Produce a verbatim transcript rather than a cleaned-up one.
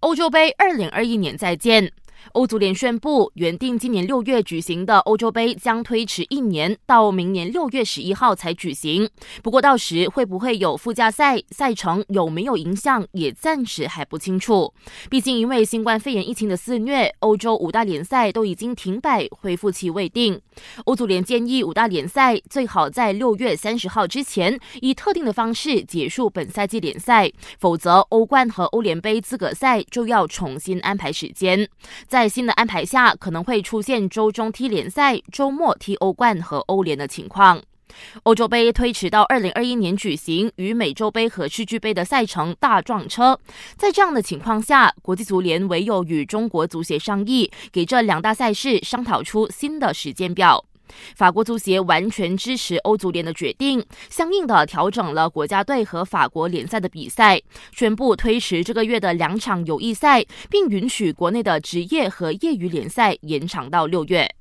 欧洲杯二零二一年再见。欧足联宣布，原定今年六月举行的欧洲杯将推迟一年，到明年六月十一号才举行。不过到时会不会有附加赛，赛程有没有影响，也暂时还不清楚。毕竟因为新冠肺炎疫情的肆虐，欧洲五大联赛都已经停摆，恢复期未定。欧足联建议五大联赛最好在六月三十号之前，以特定的方式结束本赛季联赛，否则欧冠和欧联杯资格赛就要重新安排时间。在新的安排下，可能会出现周中踢联赛、周末踢欧冠和欧联的情况。欧洲杯推迟到二零二一年举行，与美洲杯和世俱杯的赛程大撞车。在这样的情况下，国际足联唯有与中国足协商议，给这两大赛事商讨出新的时间表。法国足协完全支持欧足联的决定，相应的调整了国家队和法国联赛的比赛，宣布推迟这个月的两场友谊赛，并允许国内的职业和业余联赛延长到六月。